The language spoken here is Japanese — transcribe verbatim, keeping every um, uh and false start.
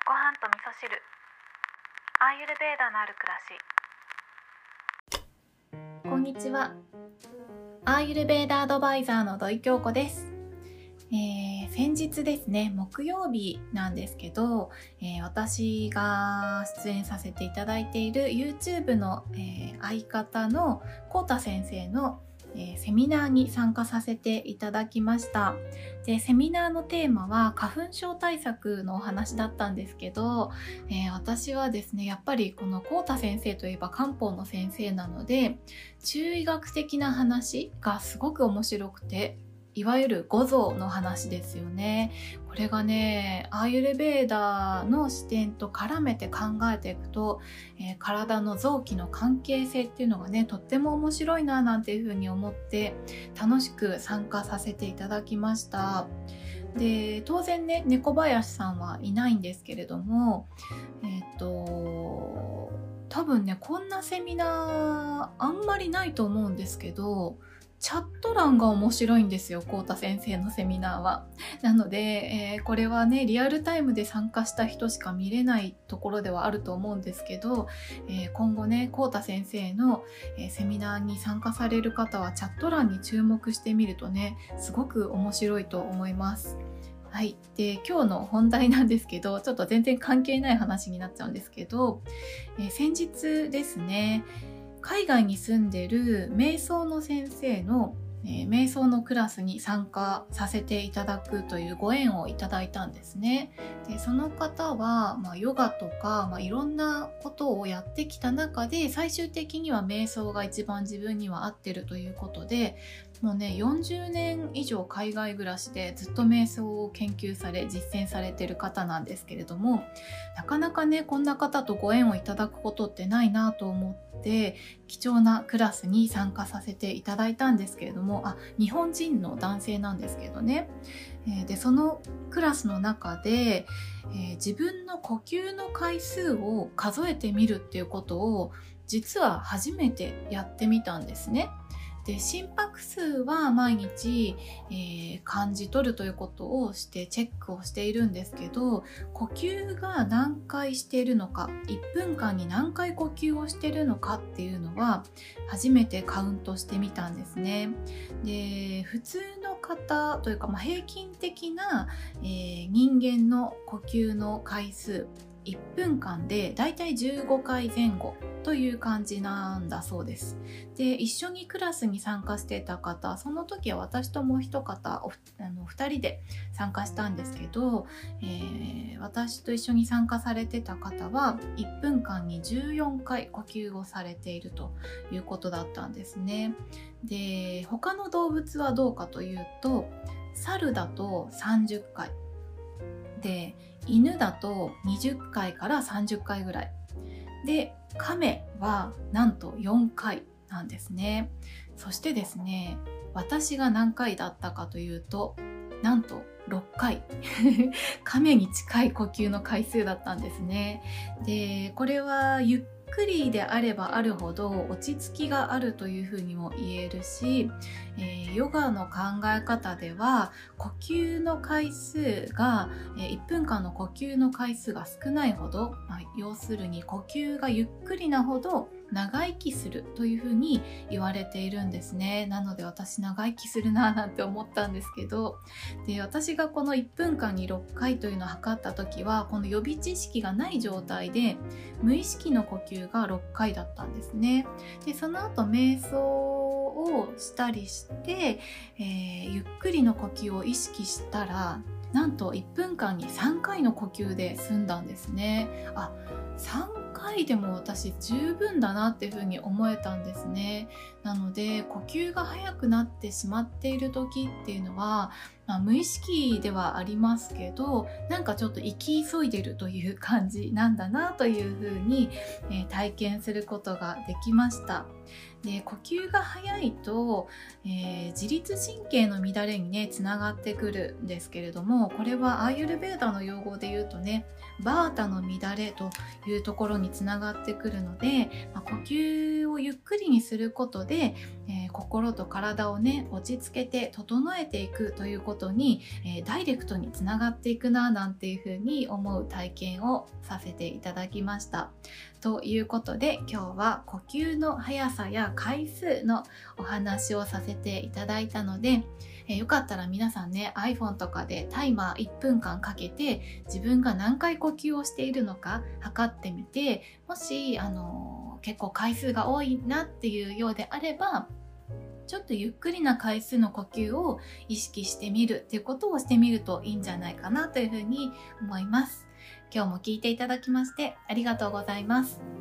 ご飯と味噌汁、アーユルベーダのある暮らし。こんにちは。アーユルベーダアドバイザーの土井京子です。えー、先日ですね、木曜日なんですけど、えー、私が出演させていただいている YouTube の、えー、相方のこうた先生のえー、セミナーに参加させていただきました。で、セミナーのテーマは花粉症対策のお話だったんですけど、えー、私はですね、やっぱりこのこうた先生といえば漢方の先生なので、中医学的な話がすごく面白くて、いわゆる五臓の話ですよね。これがね、アーユルベーダの視点と絡めて考えていくと、えー、体の臓器の関係性っていうのがね、とっても面白いななんていうふうに思って楽しく参加させていただきました。で、当然ね、猫林さんはいないんですけれども、えっと多分ね、こんなセミナーあんまりないと思うんですけど、チャット欄が面白いんですよ、こうた先生のセミナーは。なので、えー、これはね、リアルタイムで参加した人しか見れないところではあると思うんですけど、えー、今後ね、こうた先生の、えー、セミナーに参加される方はチャット欄に注目してみるとね、すごく面白いと思います。はい。で、今日の本題なんですけど、ちょっと全然関係ない話になっちゃうんですけど、えー、先日ですね、海外に住んでる瞑想の先生の、えー、瞑想のクラスに参加させていただくというご縁をいただいたんですね。で、その方は、まあ、ヨガとか、まあ、いろんなことをやってきた中で、最終的には瞑想が一番自分には合ってるということで、もうね、よんじゅうねん以上海外暮らしでずっと瞑想を研究され実践されている方なんですけれども、なかなかね、こんな方とご縁をいただくことってないなと思って貴重なクラスに参加させていただいたんですけれども、あ、日本人の男性なんですけどね、えー、でそのクラスの中で、えー、自分の呼吸の回数を数えてみるっていうことを実は初めてやってみたんですね。で、心拍数は毎日、えー、感じ取るということをしてチェックをしているんですけど、呼吸が何回しているのか、いっぷんかんに何回呼吸をしているのかっていうのは初めてカウントしてみたんですね。で、普通の方というか、まあ、平均的な、えー、人間の呼吸の回数、いっぷんかんでだいたいじゅうごかいぜん後という感じなんだそうです。で、一緒にクラスに参加していた方、その時は私ともう一方、おあのふたりで参加したんですけど、えー、私と一緒に参加されてた方はいっぷんかんにじゅうよんかい呼吸をされているということだったんですね。で、他の動物はどうかというと、猿だとさんじゅっかいで、犬だとにじゅっかいからさんじゅっかいぐらいで、亀はなんとよんかいなんですね。そしてですね、私が何回だったかというと、なんとろっかい亀に近い呼吸の回数だったんですね。で、これはゆっくりであればあるほど落ち着きがあるというふうにも言えるし、えー、ヨガの考え方では呼吸の回数が、えー、いっぷんかんの呼吸の回数が少ないほど、まあ、要するに呼吸がゆっくりなほど長生きするというふうに言われているんですね。なので私長生きするななんて思ったんですけど、で、私がこのいっぷんかんにろっかいというのを測った時は、この予備知識がない状態で無意識の呼吸がろっかいだったんですね。で、その後瞑想をしたりして、えー、ゆっくりの呼吸を意識したら、なんといっぷんかんにさんかいの呼吸で済んだんですね。あ、さんかいでも私十分だなっていうふうに思えたんですね。なので、呼吸が速くなってしまっている時っていうのは、まあ、無意識ではありますけど、なんかちょっと生き急いでるという感じなんだなというふうに、えー、体験することができました。で、呼吸が速いと、えー、自律神経の乱れにねつながってくるんですけれども、これはアーユルベーダの用語で言うとね、バータの乱れというところににつながってくるので、まあ、呼吸をゆっくりにすることで、えー、心と体をね落ち着けて整えていくということに、えー、ダイレクトにつながっていくななんていうふうに思う体験をさせていただきました。ということで今日は呼吸の速さや回数のお話をさせていただいたので、えー、よかったら皆さんね iPhone とかでタイマーいっぷんかんかけて自分が何回呼吸をしているのか測ってみて、もし、あのー、結構回数が多いなっていうようであればちょっとゆっくりな回数の呼吸を意識してみるっていうことをしてみるといいんじゃないかなというふうに思います。今日も聞いていただきましてありがとうございます。